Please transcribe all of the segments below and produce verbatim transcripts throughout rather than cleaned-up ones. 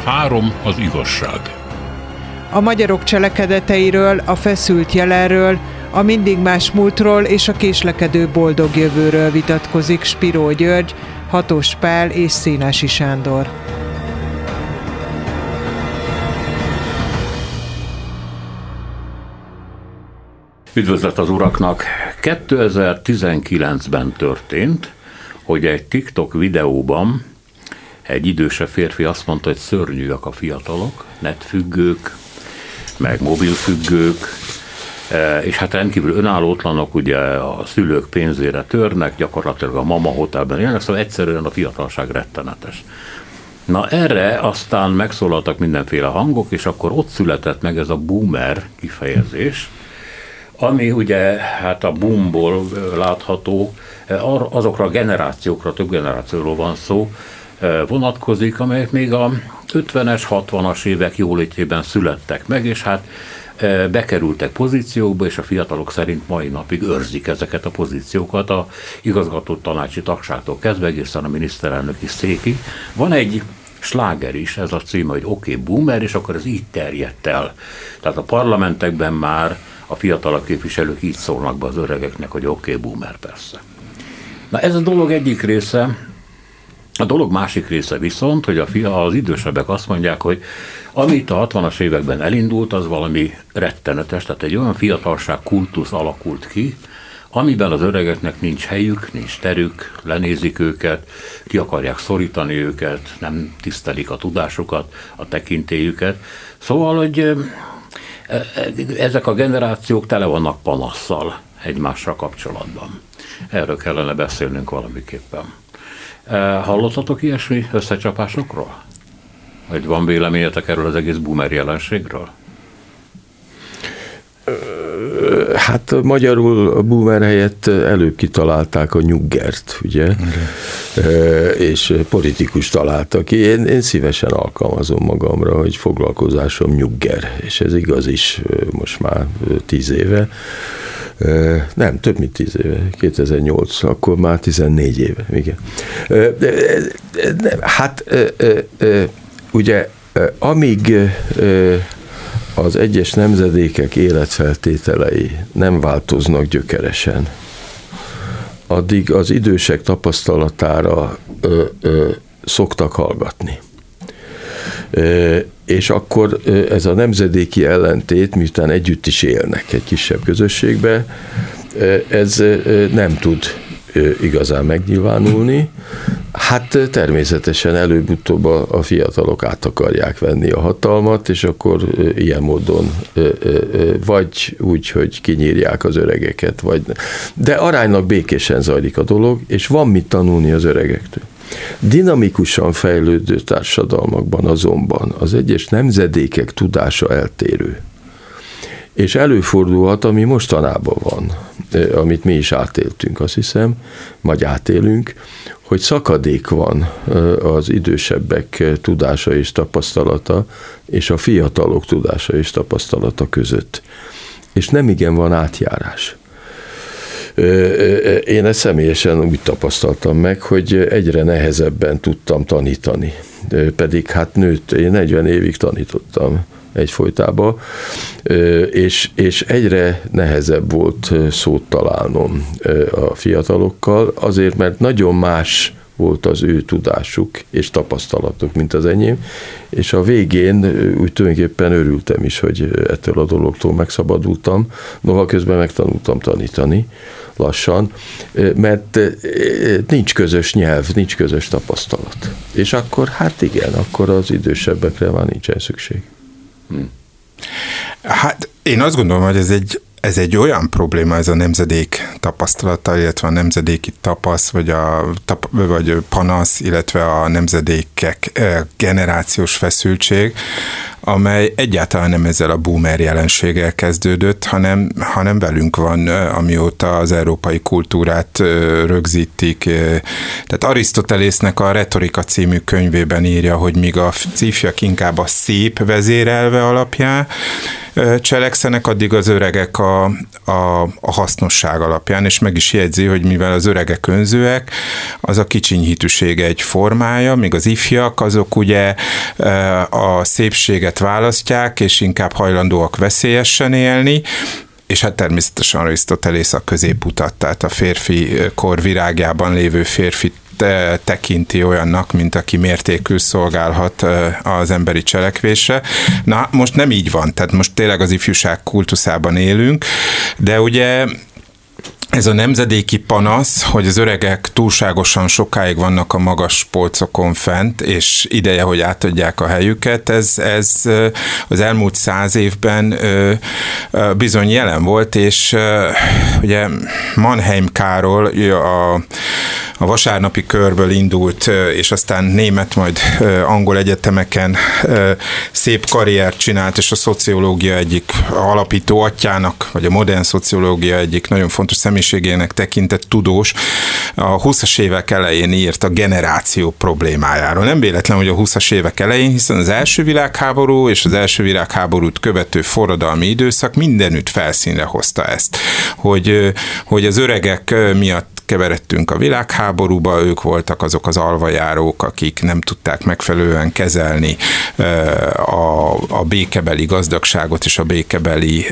Három az igazság. A magyarok cselekedeteiről, a feszült jelenről, a mindig más múltról és a késlekedő boldog jövőről vitatkozik Spiró György, Hatos Pál és Szénási Sándor. Üdvözlet az uraknak! kétezer-tizenkilencben történt, hogy egy TikTok videóban egy idősebb férfi azt mondta, hogy szörnyűek a fiatalok, netfüggők, meg mobilfüggők, és hát rendkívül önállótlanok, ugye a szülők pénzére törnek, gyakorlatilag a mama hotelben élnek, szóval egyszerűen a fiatalság rettenetes. Na erre aztán megszólaltak mindenféle hangok, és akkor ott született meg ez a boomer kifejezés, ami ugye hát a boomból látható, azokra a generációkra, több generációról van szó, vonatkozik, amelyek még a ötvenes, hatvanas évek jólétjében születtek meg, és hát bekerültek pozíciókba, és a fiatalok szerint mai napig őrzik ezeket a pozíciókat a igazgató tanácsi tagságtól kezdve egészen a miniszterelnöki székig. Van egy sláger is, ez a címe, hogy Oké, okay, boomer, és akkor ez így terjedt el. Tehát a parlamentekben már a fiatalok képviselők így szólnak be az öregeknek, hogy oké, okay, boomer, persze. Na ez a dolog egyik része. A dolog másik része viszont, hogy a fia, az idősebbek azt mondják, hogy amit a hatvanas években elindult, az valami rettenetes, tehát egy olyan fiatalság kultusz alakult ki, amiben az öregeknek nincs helyük, nincs terük, lenézik őket, ki akarják szorítani őket, nem tisztelik a tudásukat, a tekintélyüket. Szóval, hogy ezek a generációk tele vannak panasszal egymással kapcsolatban. Erről kellene beszélnünk valamiképpen. Hallottatok ilyesmi összecsapásokról? Vagy van véleményetek erről az egész boomer jelenségről? Hát magyarul a boomer helyett előbb kitalálták a nyuggert, ugye? Okay. És politikus találtak ki. Én, én szívesen alkalmazom magamra, hogy foglalkozásom nyugger, és ez igaz is most már tíz éve. Nem, több mint tíz éve, kétezer-nyolc, akkor már tizennégy éve, igen. Hát ugye amíg az egyes nemzedékek életfeltételei nem változnak gyökeresen, addig az idősek tapasztalatára ö, ö, szoktak hallgatni. Ö, és akkor ez a nemzedéki ellentét, miután együtt is élnek egy kisebb közösségbe, ez nem tud igazán megnyilvánulni. Hát természetesen előbb-utóbb a fiatalok át akarják venni a hatalmat, és akkor ilyen módon vagy úgy, hogy kinyírják az öregeket, vagy de aránylag békésen zajlik a dolog, és van mit tanulni az öregektől. Dinamikusan fejlődő társadalmakban azonban az egyes nemzedékek tudása eltérő. És előfordulhat, ami mostanában van, amit mi is átéltünk, azt hiszem, vagy átélünk, hogy szakadék van az idősebbek tudása és tapasztalata, és a fiatalok tudása és tapasztalata között. És nem igen van átjárás. Én ezt személyesen úgy tapasztaltam meg, hogy egyre nehezebben tudtam tanítani. Pedig hát nőtt, én negyven évig tanítottam egyfolytában, és, és egyre nehezebb volt szót találnom a fiatalokkal, azért, mert nagyon más volt az ő tudásuk és tapasztalatok, mint az enyém, és a végén úgy tulajdonképpen örültem is, hogy ettől a dologtól megszabadultam, noha közben megtanultam tanítani lassan, mert nincs közös nyelv, nincs közös tapasztalat. És akkor hát igen, akkor az idősebbekre már nincsen szükség. Hmm. Hát én azt gondolom, hogy ez egy, ez egy olyan probléma, ez a nemzedék tapasztalata, illetve a nemzedéki tapasz, vagy, a, tap, vagy panasz, illetve a nemzedékek generációs feszültség, amely egyáltalán nem ezzel a boomer jelenséggel kezdődött, hanem, hanem velünk van, amióta az európai kultúrát rögzítik. Tehát Arisztotelésznek a Retorika című könyvében írja, hogy míg a ifjak inkább a szép vezérelve alapján cselekszenek, addig az öregek a, a, a hasznosság alapján, és meg is jegyzi, hogy mivel az öregek önzőek, az a kicsinyhitűség egy formája, míg az ifjak azok ugye a szépséget választják, és inkább hajlandóak veszélyesen élni, és hát természetesen Arisztotelész a középutat, tehát a férfi kor virágjában lévő férfit tekinti olyannak, mint aki mértékül szolgálhat az emberi cselekvésre. Na, most nem így van, tehát most tényleg az ifjúság kultuszában élünk, de ugye ez a nemzedéki panasz, hogy az öregek túlságosan sokáig vannak a magas polcokon fent, és ideje, hogy átadják a helyüket, ez, ez az elmúlt száz évben bizony jelen volt, és ugye Mannheim Károly a, a vasárnapi körből indult, és aztán német, majd angol egyetemeken szép karriert csinált, és a szociológia egyik alapító atyának, vagy a modern szociológia egyik nagyon fontos személyiségének tekintett tudós, a huszas évek elején írt a generáció problémájáról. Nem véletlen, hogy a huszas évek elején, hiszen az első világháború és az első világháborút követő forradalmi időszak mindenütt felszínre hozta ezt, hogy, hogy az öregek miatt keveredtünk a világháborúba, ők voltak azok az alvajárók, akik nem tudták megfelelően kezelni a, a békebeli gazdagságot és a békebeli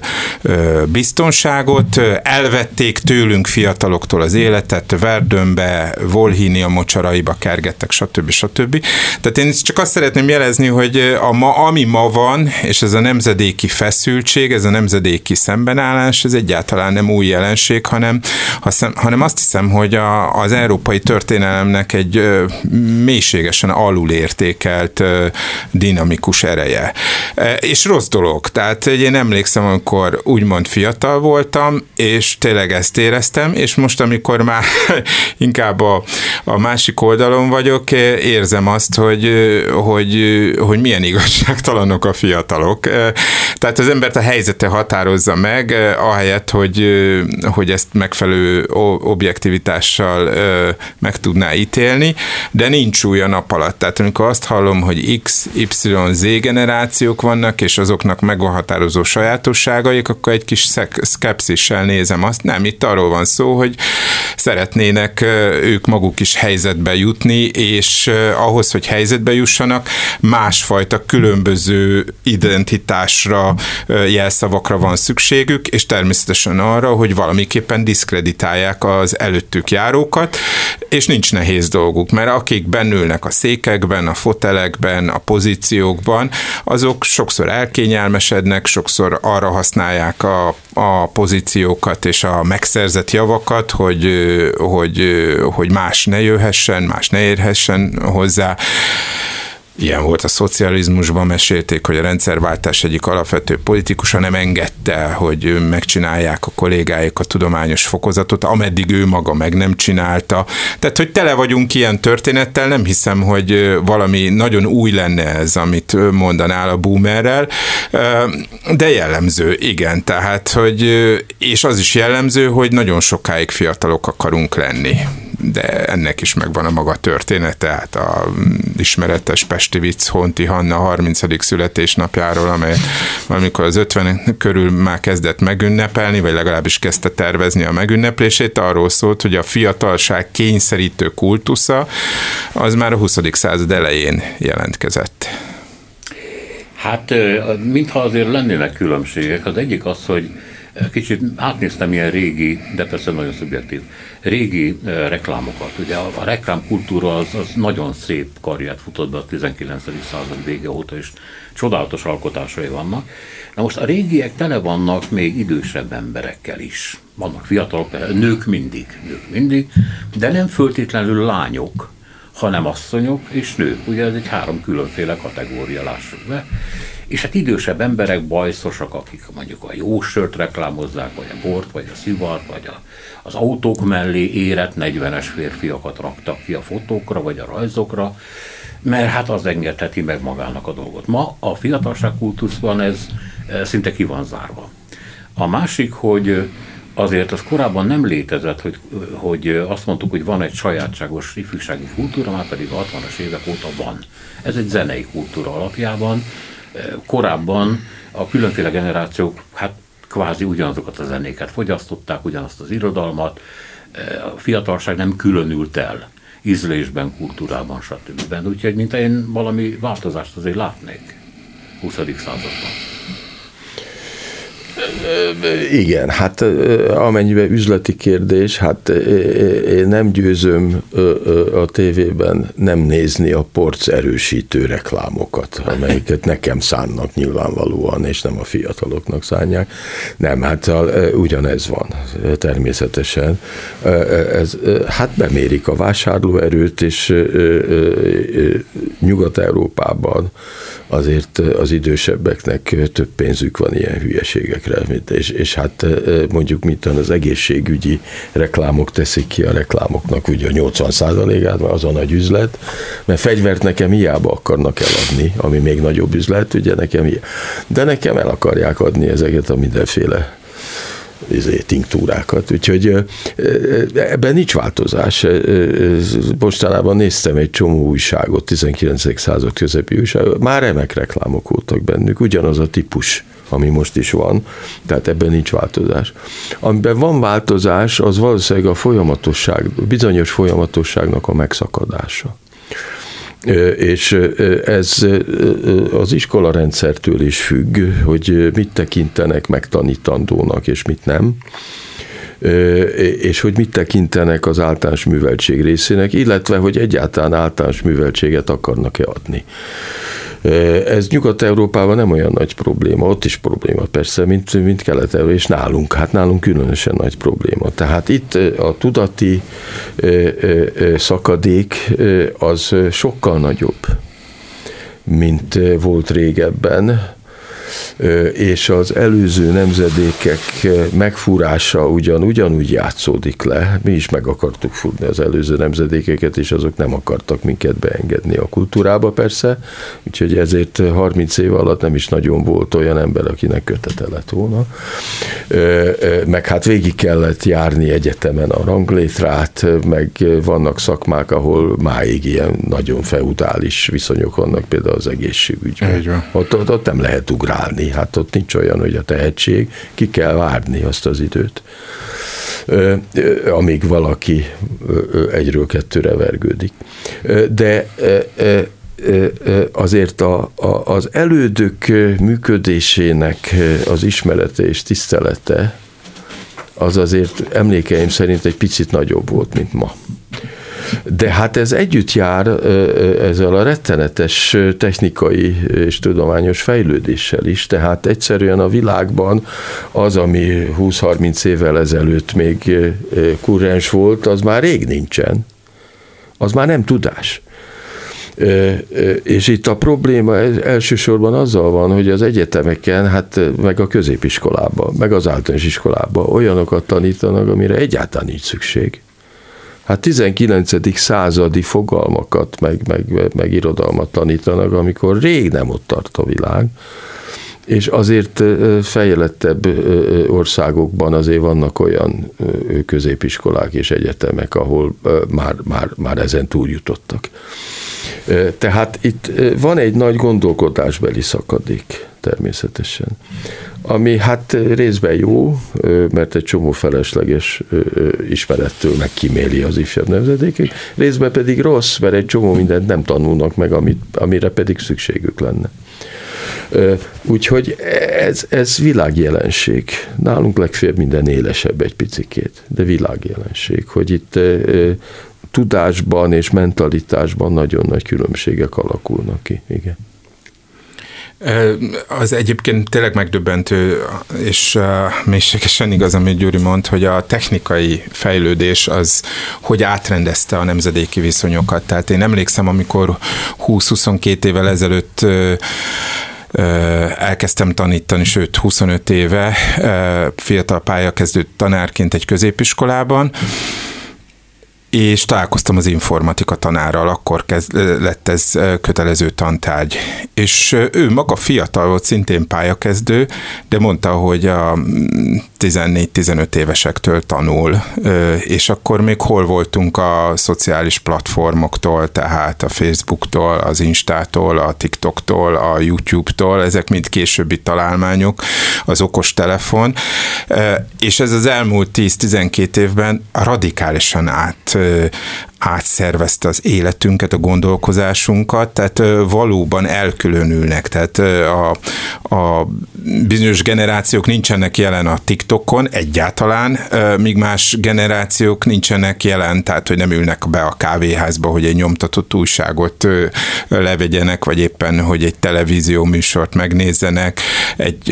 biztonságot. Elvették tőlünk fiataloktól az életet, Verdönbe, Volhynia mocsaraiba kergettek, stb. stb. Tehát én csak azt szeretném jelezni, hogy a ma, ami ma van, és ez a nemzedéki feszültség, ez a nemzedéki szembenállás, ez egyáltalán nem új jelenség, hanem, hanem azt hiszem, hogy a, az európai történelemnek egy ö, mélységesen alulértékelt ö, dinamikus ereje. E, és rossz dolog. Tehát én emlékszem, amikor úgymond fiatal voltam, és tényleg ezt éreztem, és most, amikor már inkább a, a másik oldalon vagyok, érzem azt, hogy, hogy, hogy milyen igazságtalanok a fiatalok. Tehát az embert a helyzete határozza meg, ahelyett, hogy, hogy ezt megfelelő objektivitással meg tudná ítélni, de nincs új a nap alatt. Tehát amikor azt hallom, hogy X, Y, Z generációk vannak, és azoknak meghatározó sajátosságaik, akkor egy kis szkepszissel nézem azt. Nem, itt arról van szó, hogy szeretnének ők maguk is helyzetbe jutni, és ahhoz, hogy helyzetbe jussanak, másfajta különböző identitásra, jelszavakra van szükségük, és természetesen arra, hogy valamiképpen diszkreditálják az előttük járókat, és nincs nehéz dolguk, mert akik bennülnek a székekben, a fotelekben, a pozíciókban, azok sokszor elkényelmesednek, sokszor arra használják a, a pozíciókat és a megszerzett javakat, hogy, hogy, hogy más ne jöhessen, más ne érhessen hozzá. Ilyen volt a szocializmusban, mesélték, hogy a rendszerváltás egyik alapvető politikusa nem engedte, hogy megcsinálják a kollégáik a tudományos fokozatot, ameddig ő maga meg nem csinálta. Tehát, hogy tele vagyunk ilyen történettel, nem hiszem, hogy valami nagyon új lenne ez, amit mondanál a boomerrel, de jellemző, igen. Tehát, hogy, és az is jellemző, hogy nagyon sokáig fiatalok akarunk lenni. De ennek is megvan a maga története, hát a ismeretes pesti vicc Honti Hanna harmincadik születésnapjáról, amely valamikor az ötven körül már kezdett megünnepelni, vagy legalábbis kezdte tervezni a megünneplését, arról szólt, hogy a fiatalság kényszerítő kultusza az már a huszadik század elején jelentkezett. Hát, mintha azért lennének különbségek. Az egyik az, hogy kicsit átnéztem ilyen régi, de persze nagyon szubjektív, régi uh, reklámokat. Ugye a, a reklámkultúra az, az nagyon szép karriert futott be a tizenkilencedik század vége óta, és csodálatos alkotásai vannak. Na most a régiek tele vannak még idősebb emberekkel is. Vannak fiatalok, nők mindig, nők mindig, de nem föltétlenül lányok, hanem asszonyok és nők. Ugye ez egy három különféle kategória, lássuk be. és hát idősebb emberek, bajszosak, akik mondjuk a jó sört reklámozzák, vagy a bort, vagy a szivart, vagy a, az autók mellé érett negyvenes férfiakat raktak ki a fotókra, vagy a rajzokra, mert hát az engedheti meg magának a dolgot. Ma a fiatalság kultuszban ez szinte ki van zárva. A másik, hogy azért az korábban nem létezett, hogy, hogy azt mondtuk, hogy van egy sajátságos ifjúsági kultúra, már pedig a hatvanas évek óta van. Ez egy zenei kultúra alapjában. Korábban a különféle generációk hát kvázi ugyanazokat a zenéket fogyasztották, ugyanazt az irodalmat, a fiatalság nem különült el ízlésben, kultúrában, stb. Úgyhogy mint én valami változást azért látnék huszadik században. Igen, hát amennyiben üzleti kérdés, hát én nem győzöm a tévében nem nézni a porc erősítő reklámokat, amelyiket nekem szánnak nyilvánvalóan, és nem a fiataloknak szánják. Nem, hát ugyanez van természetesen. Ez, hát bemérik a vásárlóerőt, és Nyugat-Európában azért az idősebbeknek több pénzük van ilyen hülyeségekre, és, és hát mondjuk mint az egészségügyi reklámok teszik ki a reklámoknak ugye a nyolcvan százalékát, mert az a nagy üzlet, mert fegyvert nekem hiába akarnak eladni, ami még nagyobb üzlet, ugye nekem, de nekem el akarják adni ezeket a mindenféle tinktúrákat, úgyhogy ebben nincs változás. Mostanában néztem egy csomó újságot, tizenkilencedik század közepi újságot, már remek reklámok voltak bennük, ugyanaz a típus, ami most is van, tehát ebben nincs változás. Amiben van változás, az valószínűleg a folyamatosság, bizonyos folyamatosságnak a megszakadása. És ez az iskolarendszertől is függ, hogy mit tekintenek megtanítandónak, és mit nem, és hogy mit tekintenek az általános műveltség részének, illetve hogy egyáltalán általános műveltséget akarnak-e adni. Ez Nyugat-Európában nem olyan nagy probléma, ott is probléma persze, mint, mint Kelet-Európában, és nálunk, hát nálunk különösen nagy probléma. Tehát itt a tudati szakadék az sokkal nagyobb, mint volt régebben, és az előző nemzedékek megfúrása ugyan, ugyanúgy játszódik le. Mi is meg akartuk fúrni az előző nemzedékeket, és azok nem akartak minket beengedni a kultúrába persze, úgyhogy ezért harminc év alatt nem is nagyon volt olyan ember, akinek kötete lett volna. Meg hát végig kellett járni egyetemen a ranglétrát, meg vannak szakmák, ahol máig ilyen nagyon feudális viszonyok vannak, például az egészségügyben. Ott, ott, ott nem lehet ugrálni. Hát ott nincs olyan, hogy a tehetség, ki kell várni azt az időt, amíg valaki egyről kettőre vergődik. De azért a, a, az elődök működésének az ismerete és tisztelete az azért emlékeim szerint egy picit nagyobb volt, mint ma. De hát ez együtt jár ezzel a rettenetes technikai és tudományos fejlődéssel is, tehát egyszerűen a világban az, ami húsz-harminc évvel ezelőtt még kurrens volt, az már rég nincsen. Az már nem tudás. És itt a probléma elsősorban azzal van, hogy az egyetemeken, hát meg a középiskolában, meg az általános iskolában olyanokat tanítanak, amire egyáltalán nincs szükség. Hát tizenkilencedik századi fogalmakat, meg, meg, meg irodalmat tanítanak, amikor rég nem ott tart a világ, és azért fejlettebb országokban azért vannak olyan középiskolák és egyetemek, ahol már, már, már ezen túljutottak. Tehát itt van egy nagy gondolkodásbeli szakadék természetesen, ami hát részben jó, mert egy csomó felesleges ismerettől megkíméli az ifjabb nemzedékek, részben pedig rossz, mert egy csomó mindent nem tanulnak meg, amit, amire pedig szükségük lenne. Úgyhogy ez, ez világjelenség. Nálunk legfeljebb minden élesebb egy picikét, de világjelenség, hogy itt tudásban és mentalitásban nagyon nagy különbségek alakulnak ki. Igen. Az egyébként tényleg megdöbbentő, és mélységesen igaz, amit Gyuri mond, hogy a technikai fejlődés az, hogy átrendezte a nemzedéki viszonyokat. Tehát én emlékszem, amikor húsz-huszonkettő évvel ezelőtt elkezdtem tanítani, sőt huszonöt éve fiatal pályakezdő tanárként egy középiskolában, és találkoztam az informatika tanárral, akkor kezd, lett ez kötelező tantárgy. És ő maga fiatal volt, szintén pályakezdő, de mondta, hogy a tizennégy-tizenöt évesektől tanul, és akkor még hol voltunk a szociális platformoktól, tehát a Facebooktól, az Instától, a TikToktól, a YouTube-tól, ezek mind későbbi találmányok, az okostelefon, és ez az elmúlt tíz-tizenkét évben radikálisan át átszervezte az életünket, a gondolkozásunkat, tehát valóban elkülönülnek, tehát a, a bizonyos generációk nincsenek jelen a TikTokon egyáltalán, míg más generációk nincsenek jelen, tehát hogy nem ülnek be a kávéházba, hogy egy nyomtatott újságot levegyenek, vagy éppen, hogy egy televízió műsort megnézzenek. Egy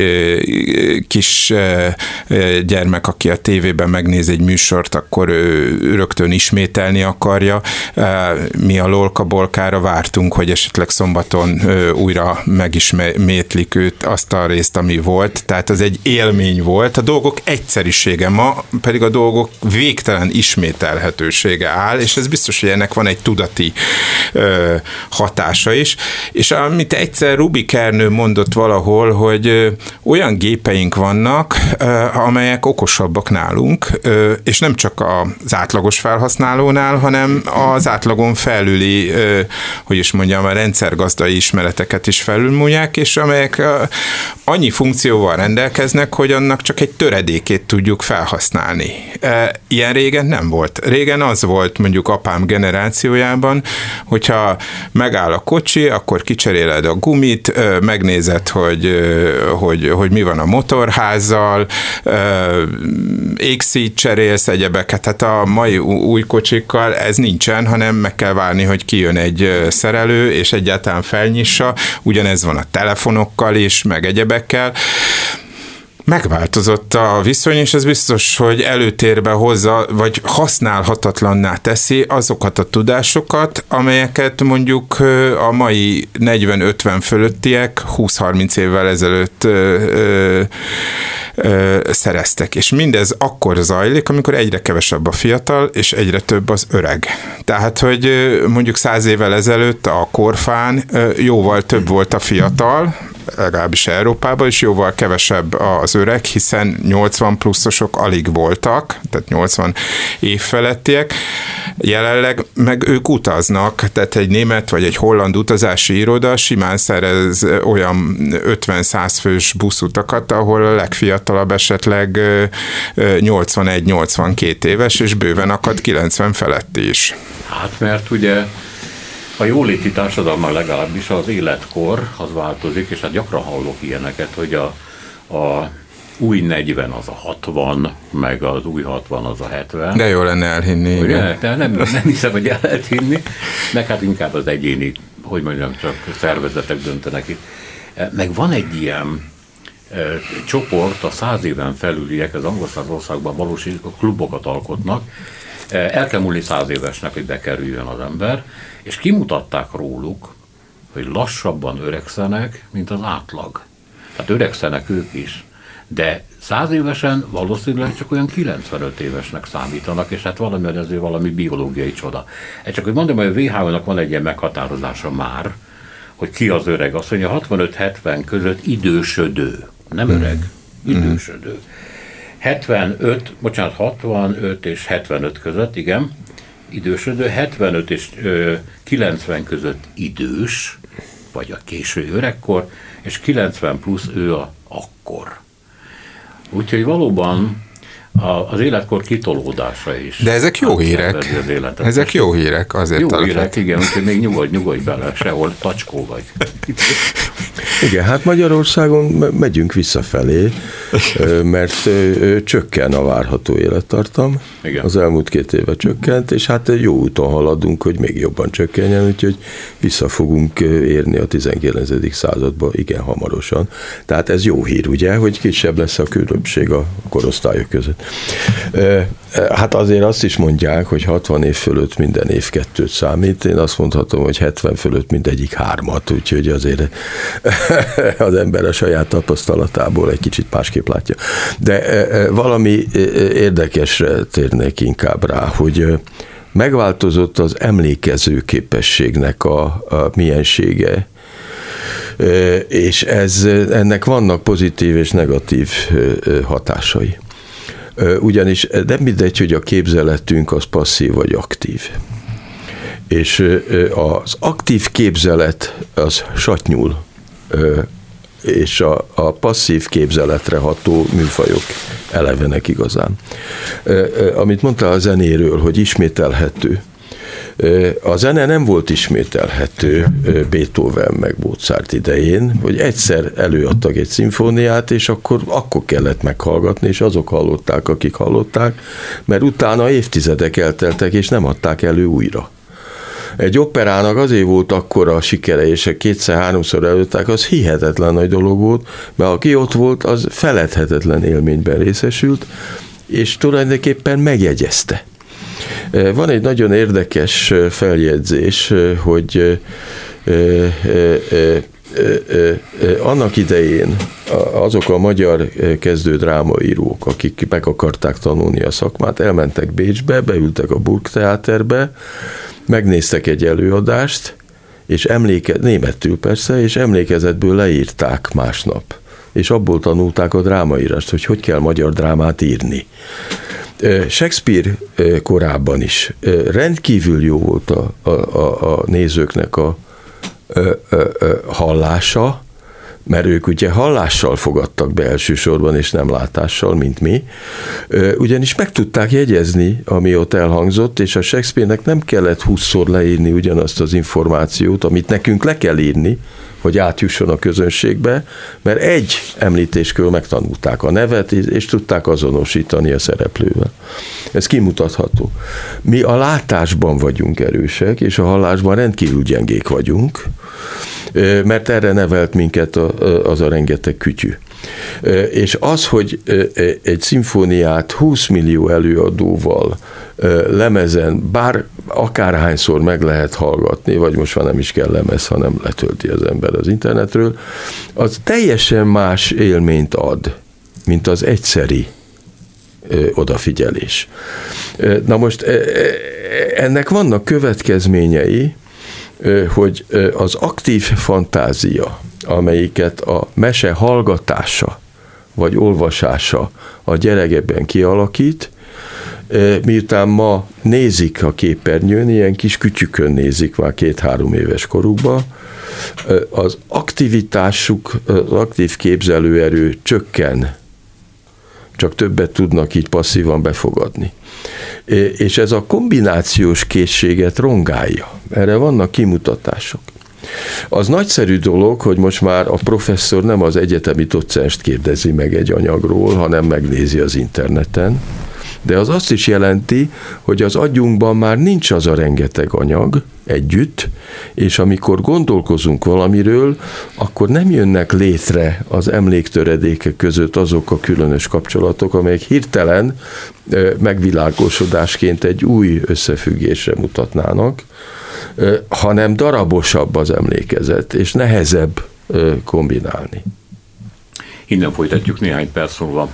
kis gyermek, aki a tévében megnéz egy műsort, akkor rögtön ismételni akar. Mi a lolka-bolkára vártunk, hogy esetleg szombaton újra megismétlik őt azt a részt, ami volt. Tehát ez egy élmény volt. A dolgok egyszerisége, ma pedig a dolgok végtelen ismételhetősége áll, és ez biztos, hogy ennek van egy tudati ö, hatása is. És amit egyszer Rubik Ernő mondott valahol, hogy ö, olyan gépeink vannak, ö, amelyek okosabbak nálunk, ö, és nem csak az átlagos felhasználónál, hanem az átlagon felüli, hogy is mondjam, a rendszergazdai ismereteket is felülmúlják, és amelyek annyi funkcióval rendelkeznek, hogy annak csak egy töredékét tudjuk felhasználni. Ilyen régen nem volt. Régen az volt mondjuk apám generációjában, hogyha megáll a kocsi, akkor kicseréled a gumit, megnézed, hogy, hogy, hogy mi van a motorházzal, égszíjt cserélsz, egyebeket. Hát a mai új kocsikkal ez nincsen, hanem meg kell várni, hogy kijön egy szerelő, és egyáltalán felnyissa. Ugyanez van a telefonokkal is, meg egyebekkel. Megváltozott a viszony, és ez biztos, hogy előtérbe hozza, vagy használhatatlanná teszi azokat a tudásokat, amelyeket mondjuk a mai negyven-ötven fölöttiek húsz-harminc évvel ezelőtt ö, ö, ö, szereztek. És mindez akkor zajlik, amikor egyre kevesebb a fiatal, és egyre több az öreg. Tehát, hogy mondjuk száz évvel ezelőtt a korfán jóval több volt a fiatal, legalábbis Európában, és jóval kevesebb az öreg, hiszen nyolcvan pluszosok alig voltak, tehát nyolcvan év felettiek. Jelenleg meg ők utaznak, tehát egy német vagy egy holland utazási iroda simán szerez olyan ötven-száz fős buszutakat, ahol a legfiatalabb esetleg nyolcvanegy-nyolcvankét éves, és bőven akad kilencven felett is. Hát mert ugye a jóléti társadalommal legalábbis az életkor az változik, és hát gyakran hallok ilyeneket, hogy a, a új negyven az a hatvan, meg az új hatvan az a hetven. De jó lenne elhinni. Ugye? De nem, nem hiszem, hogy el lehet hinni, meg hát inkább az egyéni, hogy mondjam, csak szervezetek döntenek itt. Meg van egy ilyen e, csoport, a száz éven felüliek, az angol országban valós klubokat alkotnak, el kell múlni száz évesnek, hogy bekerüljön az ember, és kimutatták róluk, hogy lassabban öregszenek, mint az átlag. Tehát öregszenek ők is, de száz évesen valószínűleg csak olyan kilencvenöt évesnek számítanak, és hát valami azért valami biológiai csoda. Ez csak hogy mondom, hogy a vé há ó-nak van egy ilyen meghatározása már, hogy ki az öreg. Azt mondja, hatvanöt-hetven között idősödő, nem öreg, idősödő. hetvenöt, bocsánat, hatvanöt és hetvenöt között, igen, idősödő, hetvenöt és ö, kilencven között idős, vagy a késő öregkor, és kilencven plusz ő a akkor. Úgyhogy valóban a, az életkor kitolódása is. De ezek jó hírek. Ezek jó hírek azért. Jó alapvetően. Hírek, igen, úgyhogy még nyugodj, nyugodj bele, sehol tacskó vagy. Igen, hát Magyarországon megyünk visszafelé, mert csökken a várható élettartam. Igen. Az elmúlt két éve csökkent, és hát jó úton haladunk, hogy még jobban csökkenjen, úgyhogy vissza fogunk érni a tizenkilencedik századba igen hamarosan. Tehát ez jó hír, ugye, hogy kisebb lesz a különbség a korosztályok között. Hát azért azt is mondják, hogy hatvan év fölött minden év kettőt számít. Én azt mondhatom, hogy hetven fölött mindegyik hármat, úgyhogy azért az ember a saját tapasztalatából egy kicsit másképp látja. De valami érdekesre térnék inkább rá, hogy megváltozott az emlékező képességnek a, a miensége, és ez, ennek vannak pozitív és negatív hatásai. Ugyanis nem mindegy, hogy a képzeletünk az passzív vagy aktív. És az aktív képzelet az satynyul, és a, a passzív képzeletre ható műfajok elevenek igazán. Amit mondtál a zenéről, hogy ismételhető. A zene nem volt ismételhető Beethoven meg Mozart idején, hogy egyszer előadtak egy szimfóniát, és akkor, akkor kellett meghallgatni, és azok hallották, akik hallották, mert utána évtizedek elteltek, és nem adták elő újra. Egy operának azért volt akkora a sikere, és kétszer-háromszor előtták, az hihetetlen nagy dolog volt, mert aki ott volt, az feledhetetlen élményben részesült, és tulajdonképpen megjegyezte. Van egy nagyon érdekes feljegyzés, hogy annak idején azok a magyar kezdő drámaírók, akik meg akarták tanulni a szakmát, elmentek Bécsbe, beültek a Burgtheaterbe, megnéztek egy előadást, és emléke, németül persze, és emlékezetből leírták másnap. És abból tanulták a drámaírást, hogy hogy kell magyar drámát írni. Shakespeare korábban is rendkívül jó volt a, a, a, a nézőknek a, a, a, a hallása, mert ők ugye hallással fogadtak be elsősorban, és nem látással, mint mi, ugyanis meg tudták jegyezni, ami ott elhangzott, és a Shakespeare-nek nem kellett húszszor leírni ugyanazt az információt, amit nekünk le kell írni, hogy átjusson a közönségbe, mert egy említéskör megtanulták a nevet, és tudták azonosítani a szereplővel. Ez kimutatható. Mi a látásban vagyunk erősek, és a hallásban rendkívül gyengék vagyunk, mert erre nevelt minket az a rengeteg kütyű. És az, hogy egy szimfóniát húsz millió előadóval lemezen, bár akárhányszor meg lehet hallgatni, vagy most már nem is kell lemez, hanem letölti az ember az internetről, az teljesen más élményt ad, mint az egyszeri odafigyelés. Na most ennek vannak következményei, hogy az aktív fantázia, amelyiket a mese hallgatása vagy olvasása a gyerekekben kialakít, miután ma nézik a képernyőn, ilyen kis kütyükön nézik már két-három éves korukban, az aktivitásuk, az aktív képzelőerő csökken, csak többet tudnak így passzívan befogadni. És ez a kombinációs készséget rongálja. Erre vannak kimutatások. Az nagyszerű dolog, hogy most már a professzor nem az egyetemi docenst kérdezi meg egy anyagról, hanem megnézi az interneten, de az azt is jelenti, hogy az agyunkban már nincs az a rengeteg anyag együtt, és amikor gondolkozunk valamiről, akkor nem jönnek létre az emléktöredékek között azok a különös kapcsolatok, amelyek hirtelen megvilágosodásként egy új összefüggésre mutatnának, hanem darabosabb az emlékezet, és nehezebb kombinálni. Innen folytatjuk néhány perc múlva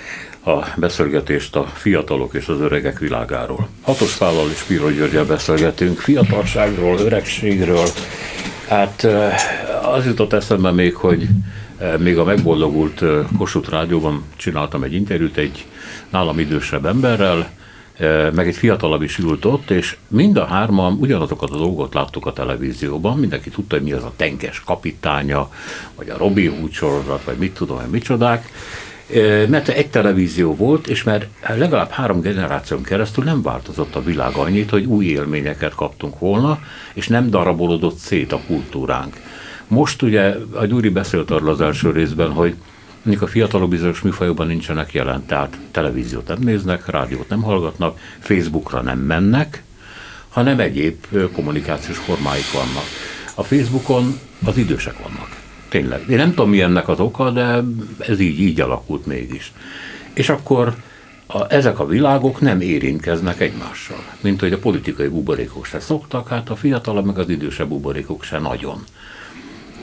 a beszélgetést a fiatalok és az öregek világáról. Hatos Pállal és Spiro Györggyel beszélgetünk fiatalságról, öregségről. Hát az jutott eszembe még, hogy még a megboldogult Kossuth Rádióban csináltam egy interjút egy nálam idősebb emberrel, meg egy fiatalabb is ült ott, és mind a hárman ugyanazokat a dolgokat láttuk a televízióban, mindenki tudta, hogy mi az a Tenkes kapitánya, vagy a Robin Hood sorozat, vagy mit tudom, hogy micsodák, mert egy televízió volt, és mert legalább három generáción keresztül nem változott a világ annyit, hogy új élményeket kaptunk volna, és nem darabolódott szét a kultúránk. Most ugye, a Gyuri beszélt arról az első részben, hogy mondjuk a fiatalok bizonyos műfajokban nincsenek jelen, tehát televíziót nem néznek, rádiót nem hallgatnak, Facebookra nem mennek, hanem egyéb kommunikációs formáik vannak. A Facebookon az idősek vannak. Tényleg. Én nem tudom, mi ennek az oka, de ez így, így alakult mégis. És akkor a, ezek a világok nem érintkeznek egymással. Mint hogy a politikai buborékok se szoktak, hát a fiatalabb meg az idősebb buborékok se nagyon.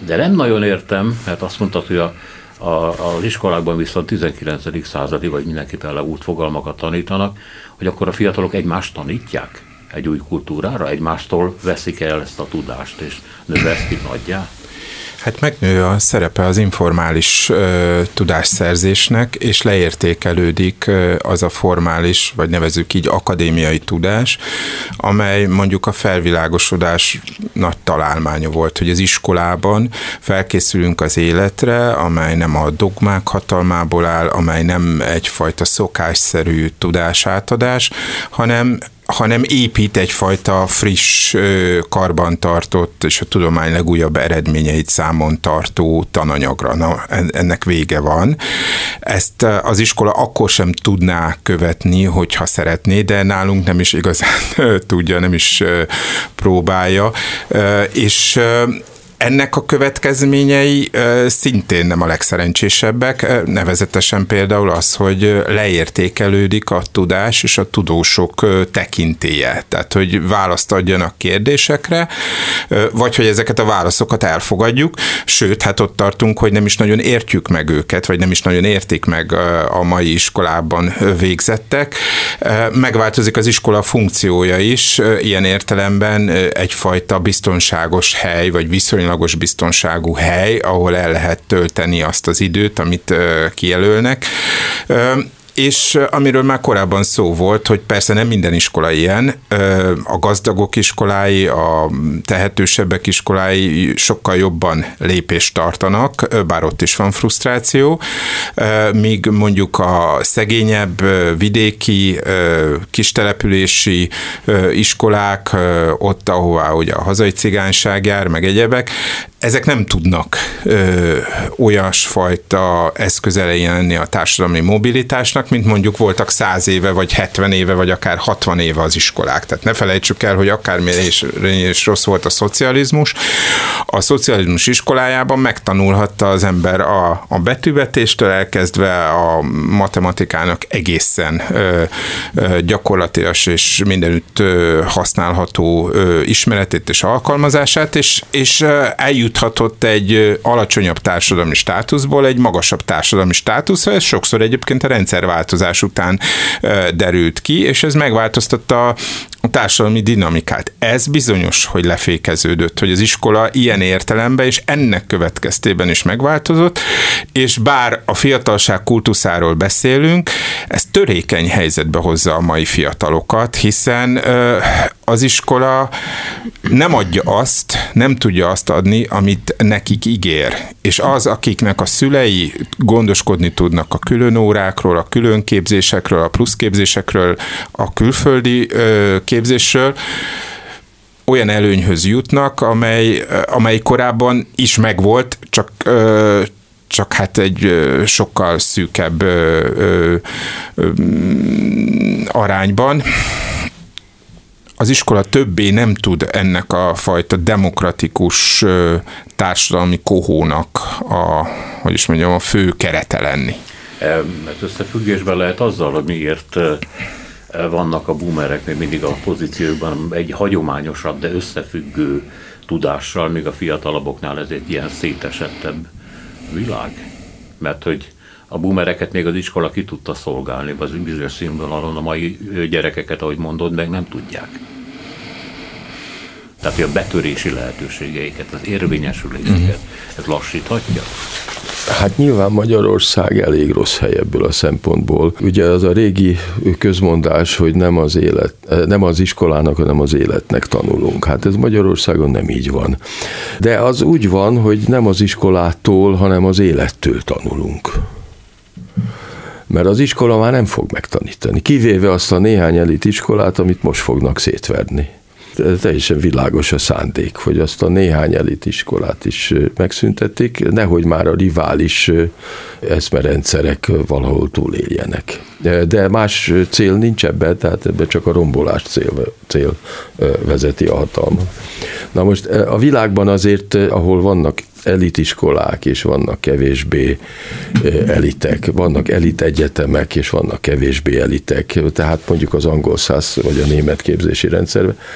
De nem nagyon értem, mert azt mondtad, hogy a, a, az iskolákban viszont tizenkilencedik századi, vagy mindenképpen útfogalmakat tanítanak, hogy akkor a fiatalok egymást tanítják egy új kultúrára, egymástól veszik el ezt a tudást, és növesztik nagyjá. Hát megnő a szerepe az informális ö, tudásszerzésnek, és leértékelődik ö, az a formális, vagy nevezzük így akadémiai tudás, amely mondjuk a felvilágosodás nagy találmánya volt, hogy az iskolában felkészülünk az életre, amely nem a dogmák hatalmából áll, amely nem egyfajta szokásszerű tudásátadás, hanem hanem épít egyfajta friss, karbantartott és a tudomány legújabb eredményeit számon tartó tananyagra. Na, ennek vége van. Ezt az iskola akkor sem tudná követni, hogyha szeretné, de nálunk nem is igazán tudja, nem is próbálja. És ennek a következményei szintén nem a legszerencsésebbek, nevezetesen például az, hogy leértékelődik a tudás és a tudósok tekintélye. Tehát, hogy választ adjanak kérdésekre, vagy hogy ezeket a válaszokat elfogadjuk, sőt, hát ott tartunk, hogy nem is nagyon értjük meg őket, vagy nem is nagyon értik meg a mai iskolában végzettek. Megváltozik az iskola funkciója is, ilyen értelemben egyfajta biztonságos hely, vagy viszonylag biztonságú hely, ahol el lehet tölteni azt az időt, amit kijelölnek. És amiről már korábban szó volt, hogy persze nem minden iskola ilyen, a gazdagok iskolái, a tehetősebbek iskolái sokkal jobban lépést tartanak, bár ott is van frusztráció, míg mondjuk a szegényebb, vidéki, kistelepülési iskolák, ott, ahová ugye a hazai cigányság jár, meg egyebek, ezek nem tudnak ö, olyasfajta eszközelei lenni a társadalmi mobilitásnak, mint mondjuk voltak száz éve, vagy hetven éve, vagy akár hatvan éve az iskolák. Tehát ne felejtsük el, hogy akármilyen is, is rossz volt a szocializmus, a szocializmus iskolájában megtanulhatta az ember a, a betűvetéstől elkezdve a matematikának egészen ö, ö, gyakorlatilag és mindenütt ö, használható ö, ismeretét és alkalmazását, és, és ö, eljut juthatott egy alacsonyabb társadalmi státuszból egy magasabb társadalmi státuszra, ez sokszor egyébként a rendszerváltozás után derült ki, és ez megváltoztatta a társadalmi dinamikát. Ez bizonyos, hogy lefékeződött, hogy az iskola ilyen értelemben, és ennek következtében is megváltozott, és bár a fiatalság kultuszáról beszélünk, ez törékeny helyzetbe hozza a mai fiatalokat, hiszen az iskola nem adja azt, nem tudja azt adni, amit nekik ígér. És az, akiknek a szülei gondoskodni tudnak a külön órákról, a külön képzésekről, a pluszképzésekről, a külföldi ö, képzésről, olyan előnyhöz jutnak, amely, amely korábban is megvolt, csak ö, csak hát egy sokkal szűkebb ö, ö, ö, arányban. Az iskola többé nem tud ennek a fajta demokratikus társadalmi kohónak a, hogy is mondjam, a fő kerete lenni. Mert összefüggésben lehet azzal, hogy miért vannak a boomerek még mindig a pozíciókban egy hagyományosabb, de összefüggő tudással, míg a fiatalabboknál ez egy ilyen szétesettebb világ. Mert hogy a boomereket még az iskola ki tudta szolgálni, az bizonyos színvonalon a mai gyerekeket, ahogy mondod, meg nem tudják. Tehát a betörési lehetőségeiket, az érvényesüléseket, ez lassíthatja? Hát nyilván Magyarország elég rossz hely ebből a szempontból. Ugye az a régi közmondás, hogy nem az, élet, nem az iskolának, hanem az életnek tanulunk. Hát ez Magyarországon nem így van. De az úgy van, hogy nem az iskolától, hanem az élettől tanulunk. Mert az iskola már nem fog megtanítani. Kivéve azt a néhány elit iskolát, amit most fognak szétverni. Teljesen világos a szándék, hogy azt a néhány elit iskolát is megszüntették, nehogy már a rivális eszmerendszerek valahol túléljenek. De más cél nincs ebben, tehát ebben csak a rombolás cél, cél vezeti a hatalmat. Na most a világban azért, ahol vannak elitiskolák, és vannak kevésbé elitek, vannak elit egyetemek, és vannak kevésbé elitek, tehát mondjuk az angol száz vagy a német képzési rendszerben.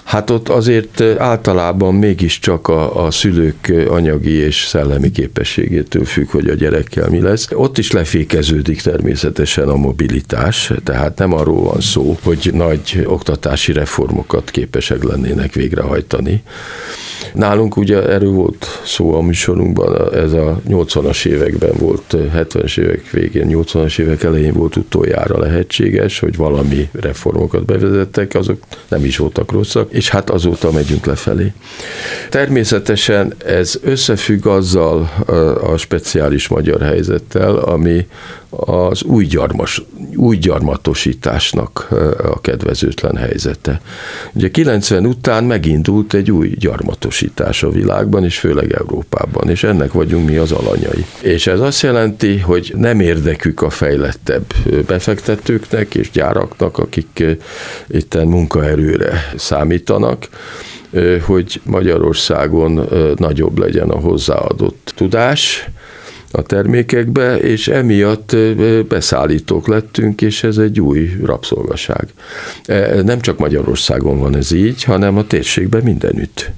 Hát ott azért általában mégiscsak a, a szülők anyagi és szellemi képességétől függ, hogy a gyerekkel mi lesz. Ott is lefékeződik természetesen a mobilitás, tehát nem arról van szó, hogy nagy oktatási reformokat képesek lennének végrehajtani. Nálunk ugye erről volt szó a műsorunkban, ez a nyolcvanas években volt, hetvenes évek végén, nyolcvanas évek elején volt utoljára lehetséges, hogy valami reformokat bevezettek, azok nem is voltak rosszak, és hát azóta megyünk lefelé. Természetesen ez összefügg azzal a speciális magyar helyzettel, ami az új, gyarmas, új gyarmatosításnak a kedvezőtlen helyzete. Ugye kilencven után megindult egy új gyarmatosítás a világban, és főleg Európában, és ennek vagyunk mi az alanyai. És ez azt jelenti, hogy nem érdekük a fejlettebb befektetőknek és gyáraknak, akik itten munkaerőre számítanak, hogy Magyarországon nagyobb legyen a hozzáadott tudás a termékekbe, és emiatt beszállítók lettünk, és ez egy új rabszolgaság. Nem csak Magyarországon van ez így, hanem a térségben mindenütt.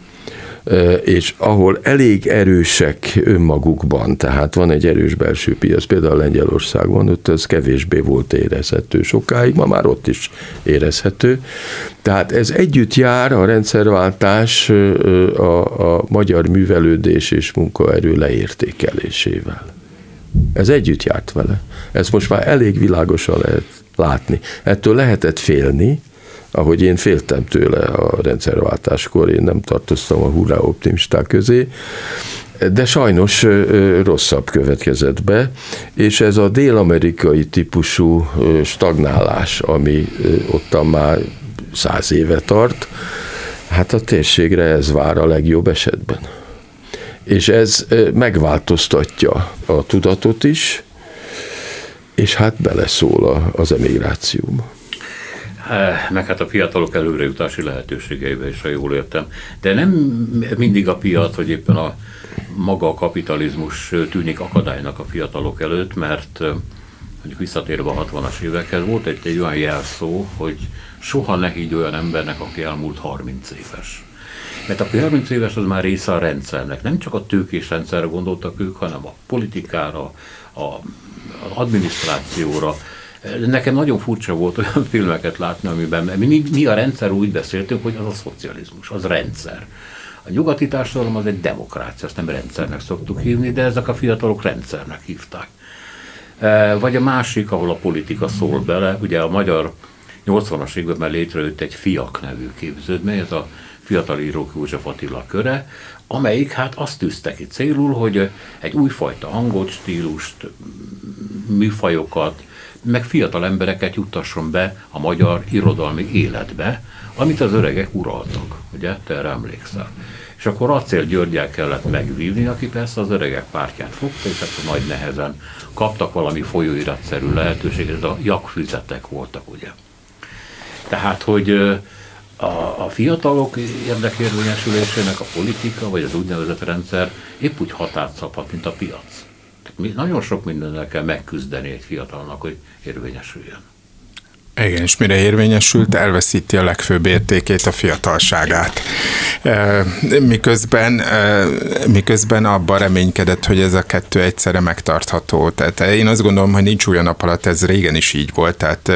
És ahol elég erősek önmagukban, tehát van egy erős belső piac, például Lengyelországban, ott ez kevésbé volt érezhető sokáig, ma már ott is érezhető. Tehát ez együtt jár a rendszerváltás a, a magyar művelődés és munkaerő leértékelésével. Ez együtt járt vele. Ezt most már elég világosan lehet látni. Ettől lehetett félni, ahogy én féltem tőle a rendszerváltáskor, én nem tartoztam a hurrá optimisták közé, de sajnos rosszabb következett be, és ez a dél-amerikai típusú stagnálás, ami ottan már száz éve tart, hát a térségre ez vár a legjobb esetben. És ez megváltoztatja a tudatot is, és hát beleszól az emigrációba. Meg hát a fiatalok előrejutási lehetőségeibe is, ha jól értem. De nem mindig a piac, hogy éppen a maga a kapitalizmus tűnik akadálynak a fiatalok előtt, mert mondjuk visszatérve a hatvanas évekhez volt egy, egy olyan jelszó, hogy soha ne higgy olyan embernek, aki elmúlt harminc éves. Mert aki harminc éves, az már része a rendszernek. Nem csak a tőkés rendszerre gondoltak ők, hanem a politikára, a, az adminisztrációra. Nekem nagyon furcsa volt olyan filmeket látni, amiben mi, mi a rendszer úgy beszéltünk, hogy az a szocializmus, az rendszer. A nyugati társadalom az egy demokrácia, ezt nem rendszernek szoktuk hívni, de ezek a fiatalok rendszernek hívták. Vagy a másik, ahol a politika szól bele, ugye a magyar nyolcvanas években létrejött egy FIAK nevű képződmény, ez a Fiatal Írók József Attila köre, amelyik hát azt tűzte ki célul, hogy egy újfajta hangot, stílust, műfajokat, meg fiatal embereket juttasson be a magyar irodalmi életbe, amit az öregek uraltak, ugye, te erre emlékszel. És akkor Acél Györgyel kellett megvívni, aki persze az öregek pártját fogta, és akkor nagy nehezen kaptak valami folyóiratszerű lehetőséget, ez a jakfüzetek voltak, ugye. Tehát, hogy a, a fiatalok érdekérvényesülésének a politika, vagy az úgynevezett rendszer épp úgy határt szabhat, mint a piac. Nagyon sok mindennel kell megküzdeni egy fiatalnak, hogy érvényesüljön. Igen, és mire érvényesült, elveszíti a legfőbb értékét, a fiatalságát. Miközben, miközben abban reménykedett, hogy ez a kettő egyszerre megtartható. Tehát én azt gondolom, hogy nincs olyan nap alatt, ez régen is így volt, tehát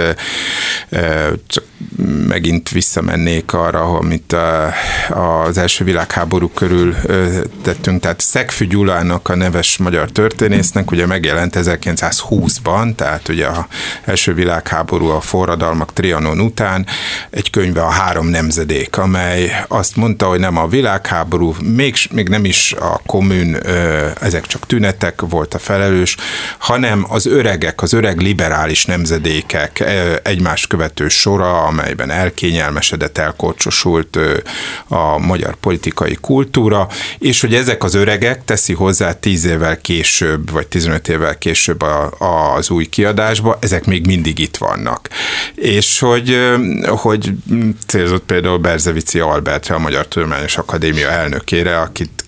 csak megint visszamennék arra, amit az első világháború körül tettünk. Tehát Szegfű Gyulának, a neves magyar történésznek ugye megjelent ezerkilencszázhúszban, tehát ugye az első világháború, a forradalmak Trianon után egy könyve, a Három nemzedék, amely azt mondta, hogy nem a világháború, még, még nem is a kommun, ezek csak tünetek, volt a felelős, hanem az öregek, az öreg liberális nemzedékek egymást követő sora, amelyben elkényelmesedett, elkorcsosult a magyar politikai kultúra, és hogy ezek az öregek teszi hozzá tíz évvel később, vagy tizenöt évvel később a, a, az új kiadásba, ezek még mindig itt vannak. És hogy, hogy célzott például Berzevici Albertre, a Magyar Tudományos Akadémia elnökére, akit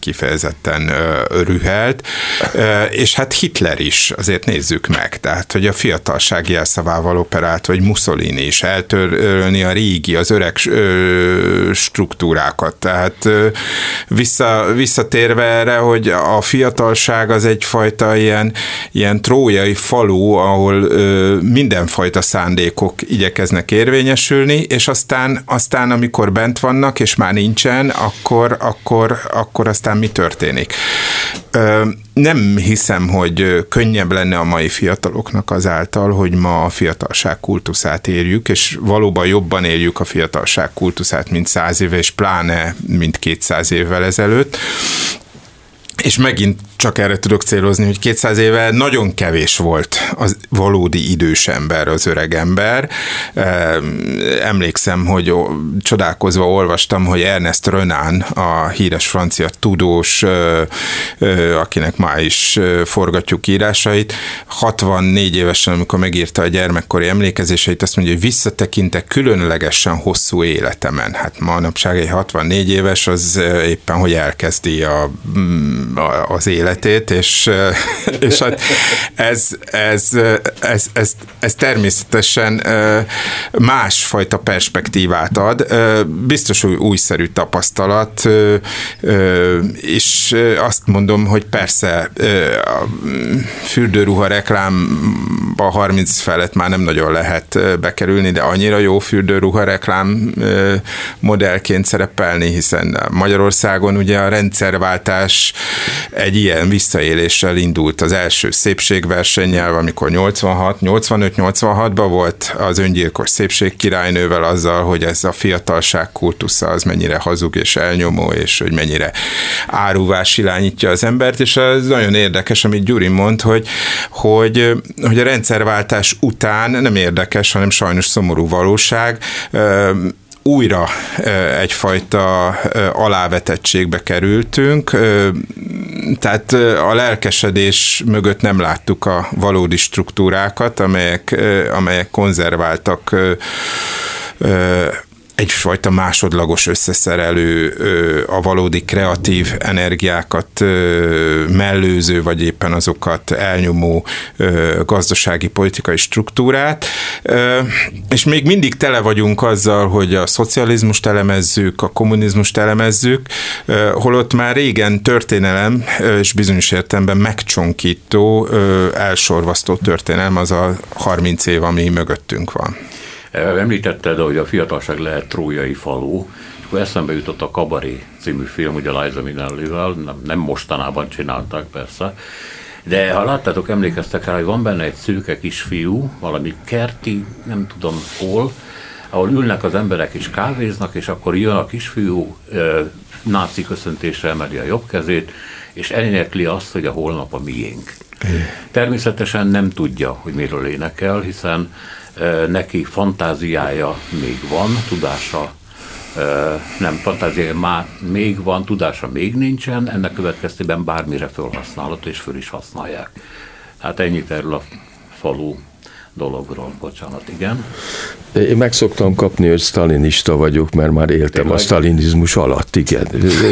kifejezetten rühelt, és hát Hitler is, azért nézzük meg, tehát, hogy a fiatalság jelszavával operált, vagy Mussolini is eltörölni a régi, az öreg struktúrákat, tehát vissza, visszatérve erre, hogy a fiatalság az egyfajta ilyen, ilyen trójai falu, ahol mindenfajta szándékok igyekeznek érvényesülni, és aztán, aztán amikor bent vannak, és már nincsen, akkor, akkor, akkor aztán mi történik? Nem hiszem, hogy könnyebb lenne a mai fiataloknak azáltal, hogy ma a fiatalság kultuszát érjük, és valóban jobban érjük a fiatalság kultuszát, mint száz éve, és pláne, mint kétszáz évvel ezelőtt. És megint csak erre tudok célozni, hogy kétszáz éve nagyon kevés volt az valódi idős ember, az öreg ember. Emlékszem, hogy csodálkozva olvastam, hogy Ernest Renan, a híres francia tudós, akinek ma is forgatjuk írásait, hatvannégy évesen, amikor megírta a gyermekkori emlékezéseit, azt mondja, hogy visszatekintek különlegesen hosszú életemen. Hát manapság egy hatvannégy éves, az éppen, hogy elkezdi a, a, az életét, és, és hát ez, ez, ez, ez, ez természetesen másfajta perspektívát ad. Biztos, hogy újszerű tapasztalat, és azt mondom, hogy persze a fürdőruha reklámba harminc felett már nem nagyon lehet bekerülni, de annyira jó fürdőruha reklám modellként szerepelni, hiszen Magyarországon ugye a rendszerváltás egy ilyen visszaéléssel indult, az első szépségversennyel, amikor nyolcvanhat, nyolcvanöt nyolcvanhatban volt az öngyilkos szépségkirálynővel azzal, hogy ez a fiatalság kultusza az mennyire hazug és elnyomó, és hogy mennyire áruvá silányítja az embert, és ez nagyon érdekes, amit Gyuri mond, hogy, hogy, hogy a rendszerváltás után nem érdekes, hanem sajnos szomorú valóság, újra egyfajta alávetettségbe kerültünk, tehát a lelkesedés mögött nem láttuk a valódi struktúrákat, amelyek, amelyek konzerváltak egyfajta másodlagos összeszerelő, a valódi kreatív energiákat mellőző, vagy éppen azokat elnyomó gazdasági, politikai struktúrát. És még mindig tele vagyunk azzal, hogy a szocializmust elemezzük, a kommunizmust elemezzük, holott már régen történelem, és bizonyos értelemben megcsonkító, elsorvasztó történelem az a harminc év, ami mögöttünk van. Említetted, hogy a fiatalság lehet trójai falu, és akkor eszembe jutott a Kabaré című film, ugye Liza Minnellivel, nem, nem mostanában csinálták persze, de ha láttátok, emlékeztek rá, hogy van benne egy szőke kisfiú, valami kerti, nem tudom hol, ahol ülnek az emberek és kávéznak, és akkor jön a kisfiú, náci köszöntésre emeli a jobb kezét, és elénekli azt, hogy a holnap a miénk. Természetesen nem tudja, hogy miről énekel, hiszen neki fantáziája még van, tudása nem, fantáziája már még van, tudása még nincsen, ennek következtében bármire felhasználható, és föl is használják. Hát ennyit erről a falu dologról, bocsánat, igen. Én meg szoktam kapni, hogy sztalinista vagyok, mert már éltem Tényleg? a sztalinizmus alatt, igen.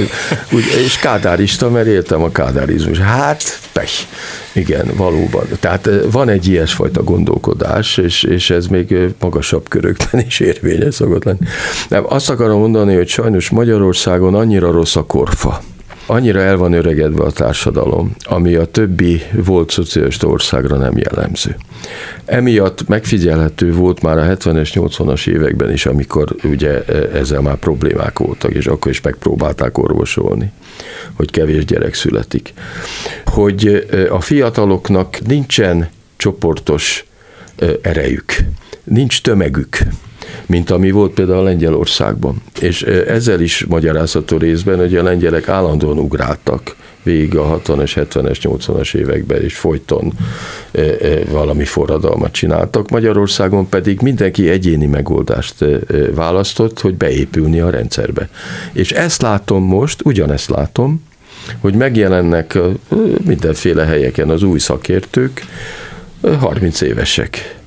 És kádárista, mert éltem a kádárizmus. Hát, pech. Igen, valóban. Tehát van egy ilyesfajta gondolkodás, és, és ez még magasabb körökben is érvényes szokott lenni. Nem, azt akarom mondani, hogy sajnos Magyarországon annyira rossz a korfa, annyira el van öregedve a társadalom, ami a többi volt szocialista országra nem jellemző. Emiatt megfigyelhető volt már a hetvenes, nyolcvanas években is, amikor ugye ezzel már problémák voltak, és akkor is megpróbálták orvosolni, hogy kevés gyerek születik. Hogy a fiataloknak nincsen csoportos erejük, nincs tömegük, mint ami volt például Lengyelországban. És ezzel is magyarázható részben, hogy a lengyelek állandóan ugráltak végig a hatvanas, hetvenes, nyolcvanas években, és folyton valami forradalmat csináltak. Magyarországon pedig mindenki egyéni megoldást választott, hogy beépülni a rendszerbe. És ezt látom most, ugyanezt látom, hogy megjelennek mindenféle helyeken az új szakértők, harminc évesek.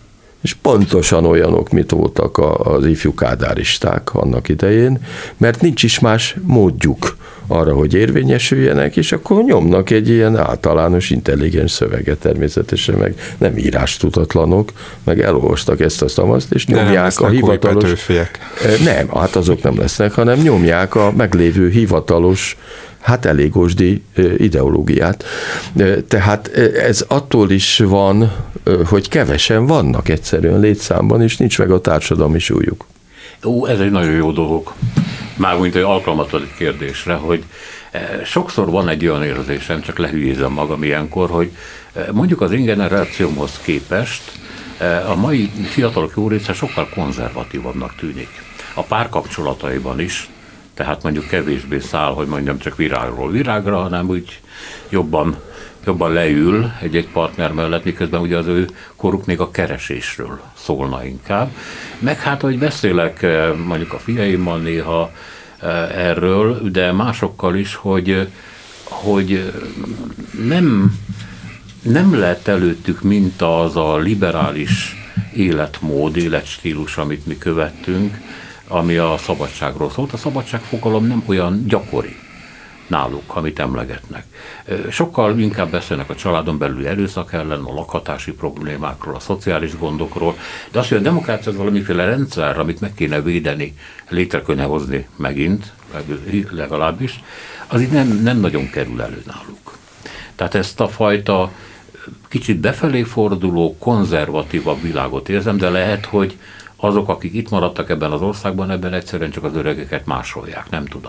és pontosan olyanok, mint voltak az ifjú kádáristák annak idején, mert nincs is más módjuk arra, hogy érvényesüljenek, és akkor nyomnak egy ilyen általános intelligens szöveget természetesen, meg nem írástudatlanok, meg elolvastak ezt azt amazt, és nyomják a hivatalos... Nem, hát azok nem lesznek, hanem nyomják a meglévő hivatalos, hát elég osdi ideológiát. Tehát ez attól is van, hogy kevesen vannak egyszerűen létszámban, és nincs meg a társadalmi súlyuk. Ó, ez egy nagyon jó dolog. Mármint egy alkalmat ad egy kérdésre, hogy sokszor van egy olyan érzésem, csak lehülyézem magam ilyenkor, hogy mondjuk az én generációmhoz képest a mai fiatalok jó része sokkal konzervatívabbnak tűnik. A párkapcsolataiban is, tehát mondjuk kevésbé száll, hogy mondjam, csak virágról virágra, hanem úgy jobban, jobban leül egy-egy partner mellett, miközben ugye az ő koruk még a keresésről szólna inkább. Meg hát, hogy beszélek mondjuk a fiaimmal néha erről, de másokkal is, hogy, hogy nem, nem lett előttük minta az a liberális életmód, életstílus, amit mi követtünk, ami a szabadságról szólt. A szabadságfogalom nem olyan gyakori náluk, amit emlegetnek. Sokkal inkább beszélnek a családon belüli erőszak ellen, a lakhatási problémákról, a szociális gondokról, de azt, hogy a demokrácia az valamiféle rendszer, amit meg kéne védeni, létre kéne hozni megint, legalábbis, az itt nem, nem nagyon kerül elő náluk. Tehát ezt a fajta kicsit befelé forduló, konzervatívabb világot érzem, de lehet, hogy azok, akik itt maradtak ebben az országban, ebben egyszerűen csak az öregeket másolják, nem tudom.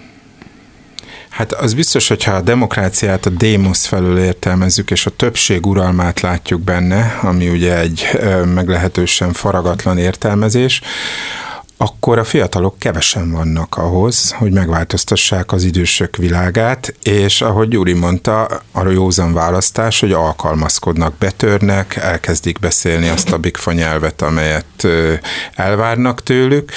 Hát az biztos, hogyha a demokráciát a démosz felől értelmezzük, és a többség uralmát látjuk benne, ami ugye egy meglehetősen faragatlan értelmezés, akkor a fiatalok kevesen vannak ahhoz, hogy megváltoztassák az idősök világát, és ahogy Gyuri mondta, arra józan választás, hogy alkalmazkodnak, betörnek, elkezdik beszélni azt a bigfa nyelvet, amelyet elvárnak tőlük,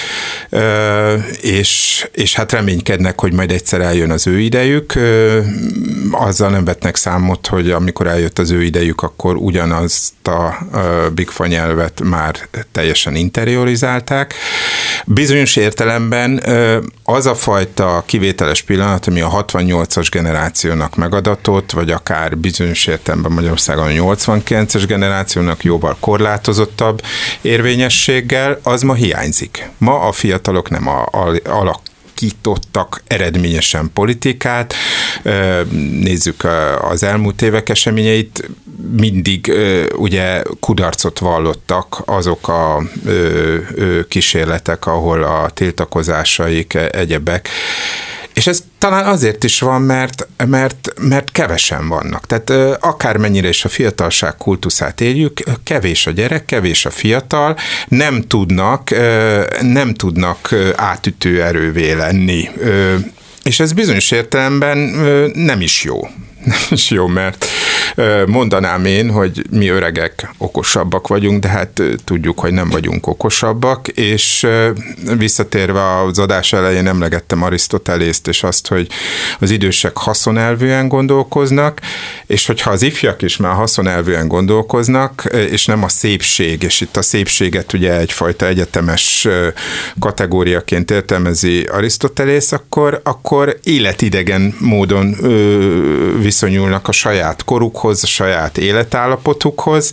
és, és hát reménykednek, hogy majd egyszer eljön az ő idejük. Azzal nem vetnek számot, hogy amikor eljött az ő idejük, akkor ugyanazt a bigfa nyelvet már teljesen interiorizálták. Bizonyos értelemben az a fajta kivételes pillanat, ami a hatvannyolcas generációnak megadatott, vagy akár bizonyos értelemben Magyarországon a nyolcvankilences generációnak jóval korlátozottabb érvényességgel, az ma hiányzik. Ma a fiatalok nem a, a, alak alakítottak eredményesen politikát. Nézzük az elmúlt évek eseményeit, mindig ugye kudarcot vallottak azok a kísérletek, ahol a tiltakozásaik, egyebek. És ez talán azért is van, mert, mert, mert kevesen vannak. Tehát akármennyire is a fiatalság kultuszát éljük, kevés a gyerek, kevés a fiatal, nem tudnak, nem tudnak átütő erővé lenni. És ez bizonyos értelemben nem is jó. Nem is jó, mert mondanám én, hogy mi öregek okosabbak vagyunk, de hát tudjuk, hogy nem vagyunk okosabbak, és visszatérve az adás elején emlegettem Arisztotelészt, és azt, hogy az idősek haszonelvűen gondolkoznak, és hogyha az ifjak is már haszonelvűen gondolkoznak, és nem a szépség, és itt a szépséget ugye egyfajta egyetemes kategóriaként értelmezi Arisztotelész, akkor, akkor életidegen módon ö, viszonyulnak a saját korukhoz, a saját életállapotukhoz.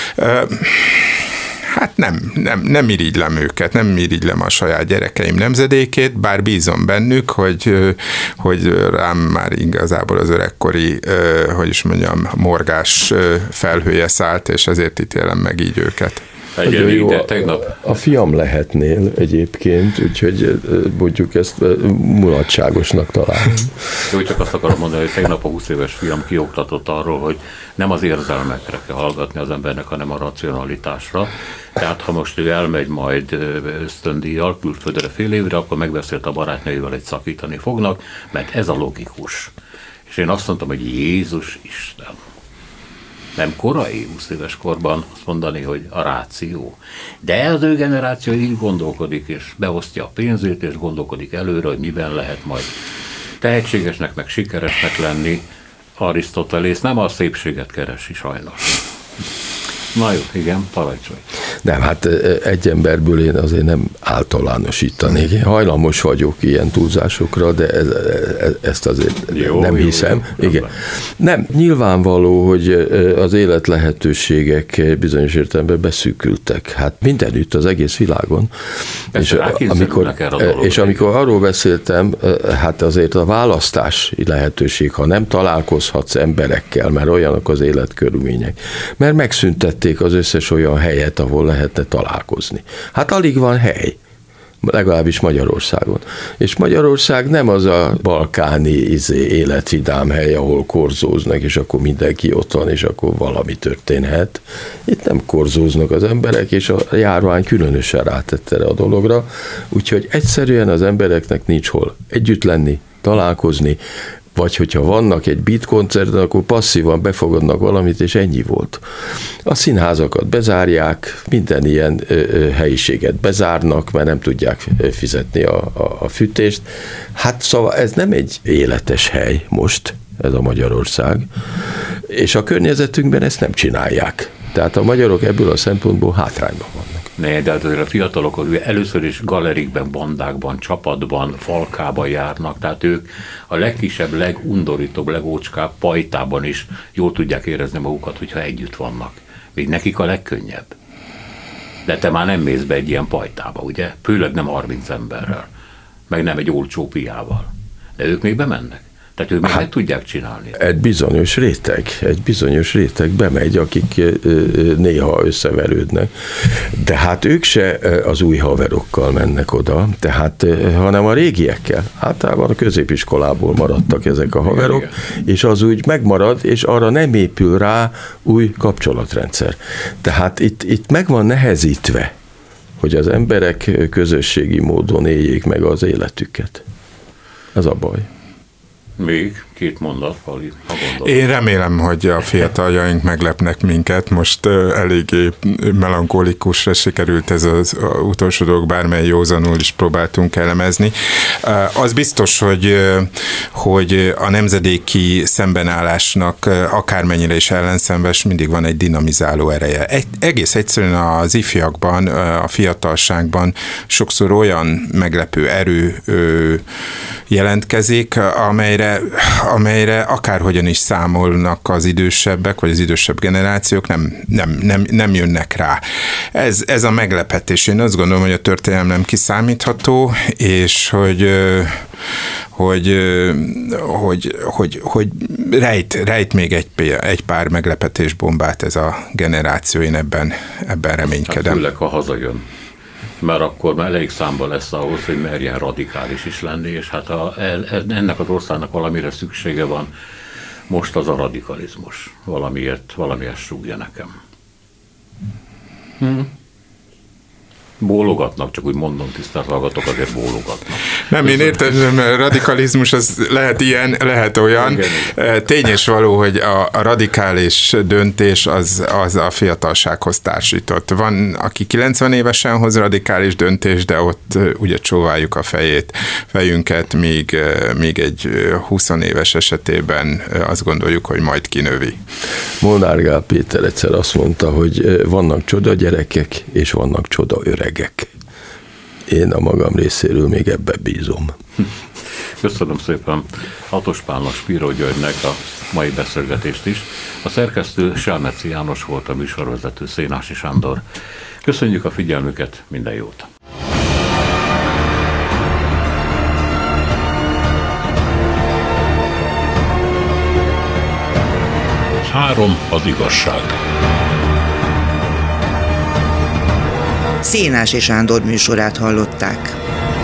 Hát nem, nem, nem irigylem őket, nem irigylem a saját gyerekeim nemzedékét, bár bízom bennük, hogy, hogy rám már igazából az öregkori, hogy is mondjam, morgás felhője szállt, és ezért ítélem meg így őket. Nagyon jó, a, tegnap. A fiam lehetnél egyébként, úgyhogy mondjuk ezt mulatságosnak találom. Jó, csak azt akarom mondani, hogy tegnap a húsz éves fiam kioktatott arról, hogy nem az érzelmekre kell hallgatni az embernek, hanem a racionalitásra. Tehát ha most ő elmegy majd ösztöndíjjal külföldre fél évre, akkor megbeszélt a barátnőivel, egy szakítani fognak, mert ez a logikus. És én azt mondtam, hogy Jézus Isten. Nem korai húsz éves korban azt mondani, hogy a ráció. De az ő generáció így gondolkodik, és beosztja a pénzét, és gondolkodik előre, hogy miben lehet majd tehetségesnek, meg sikeresnek lenni. Arisztotelész nem a szépséget keresi sajnos. Na jó, igen, parancsolj. Nem, hát egy emberből én azért nem általánosítanék. Én hajlamos vagyok ilyen túlzásokra, de ez, ez, ezt azért jó, nem jó, hiszem. Jó, igen. Nem, nyilvánvaló, hogy az élet lehetőségek bizonyos értelemben beszűkültek. Hát mindenütt, az egész világon. És amikor, és amikor arról beszéltem, hát azért a választási lehetőség, ha nem találkozhatsz emberekkel, mert olyanok az életkörülmények, mert megszüntették az összes olyan helyet, ahol lehetne találkozni. Hát alig van hely, legalábbis Magyarországon. És Magyarország nem az a balkáni izé, életvidám hely, ahol korzóznak, és akkor mindenki ott van, és akkor valami történhet. Itt nem korzóznak az emberek, és a járvány különösen rátett erre a dologra, úgyhogy egyszerűen az embereknek nincs hol együtt lenni, találkozni, vagy hogyha vannak egy beat koncerten, akkor passzívan befogadnak valamit, és ennyi volt. A színházakat bezárják, minden ilyen ö, ö, helyiséget bezárnak, mert nem tudják fizetni a, a, a fűtést. Hát szóval ez nem egy életes hely most, ez a Magyarország, és a környezetünkben ezt nem csinálják. Tehát a magyarok ebből a szempontból hátrányban vannak. Ne, de azért a fiatalok először is galerikben, bandákban, csapatban, falkában járnak, tehát ők a legkisebb, legundorítóbb, legócskább pajtában is jól tudják érezni magukat, hogyha együtt vannak. Még nekik a legkönnyebb. De te már nem mész be egy ilyen pajtába, ugye? Főleg nem harminc emberrel, meg nem egy olcsó piával. De ők még bemennek. Tehát ők még hát, meg tudják csinálni. Egy bizonyos réteg, egy bizonyos réteg bemegy, akik néha összeverődnek. De hát ők se az új haverokkal mennek oda, tehát, hanem a régiekkel. Általában a középiskolából maradtak ezek a haverok, igen, és az úgy megmarad, és arra nem épül rá új kapcsolatrendszer. Tehát itt, itt meg van nehezítve, hogy az emberek közösségi módon éljék meg az életüket. Ez a baj. Még két mondat, Pali, ha gondolod. Én remélem, hogy a fiataljaink meglepnek minket. Most uh, eléggé melankolikusra sikerült ez az uh, utolsó dolog, bármely józanul is próbáltunk elemezni. Uh, az biztos, hogy, uh, hogy a nemzedéki szembenállásnak uh, akármennyire is ellenszenves, mindig van egy dinamizáló ereje. Egy, egész egyszerűen az ifjakban, uh, a fiatalságban sokszor olyan meglepő erő uh, jelentkezik, amelyre, amelyre akárhogyan is számolnak az idősebbek, vagy az idősebb generációk, nem, nem, nem, nem jönnek rá. Ez, ez a meglepetés. Én azt gondolom, hogy a történelem nem kiszámítható, és hogy hogy, hogy, hogy, hogy rejt, rejt még egy, egy pár meglepetésbombát ez a generáció, én ebben, ebben reménykedem. Hát főleg, ha hazajön. Mert akkor már elég számba lesz ahhoz, hogy merjen radikális is lenni, és hát a, ennek az országnak valamire szüksége van. Most az a radikalizmus. Valamiért, valamiért súgja nekem. Hm. Bólogatnak, csak úgy mondom, tisztelt hallgatók, azért bólogatnak. Nem, én értem, mert radikalizmus az lehet ilyen, lehet olyan. Igen. Tény és való, hogy a, a radikális döntés az, az a fiatalsághoz társított. Van, aki kilencven évesen hoz radikális döntés, de ott ugye csóváljuk a fejét, fejünket, míg, míg egy húsz éves esetében azt gondoljuk, hogy majd kinövi. Molnár Gál Péter egyszer azt mondta, hogy vannak csoda gyerekek, és vannak csoda öregek. Én a magam részéről még ebbe bízom. Köszönöm szépen Hatos Pálnak, Spiro Györgynek a mai beszélgetést is. A szerkesztő Selmeci János volt, a műsorvezető Szénási Sándor. Köszönjük a figyelmüket, minden jót! Három az igazság. Szénási Sándor műsorát hallották.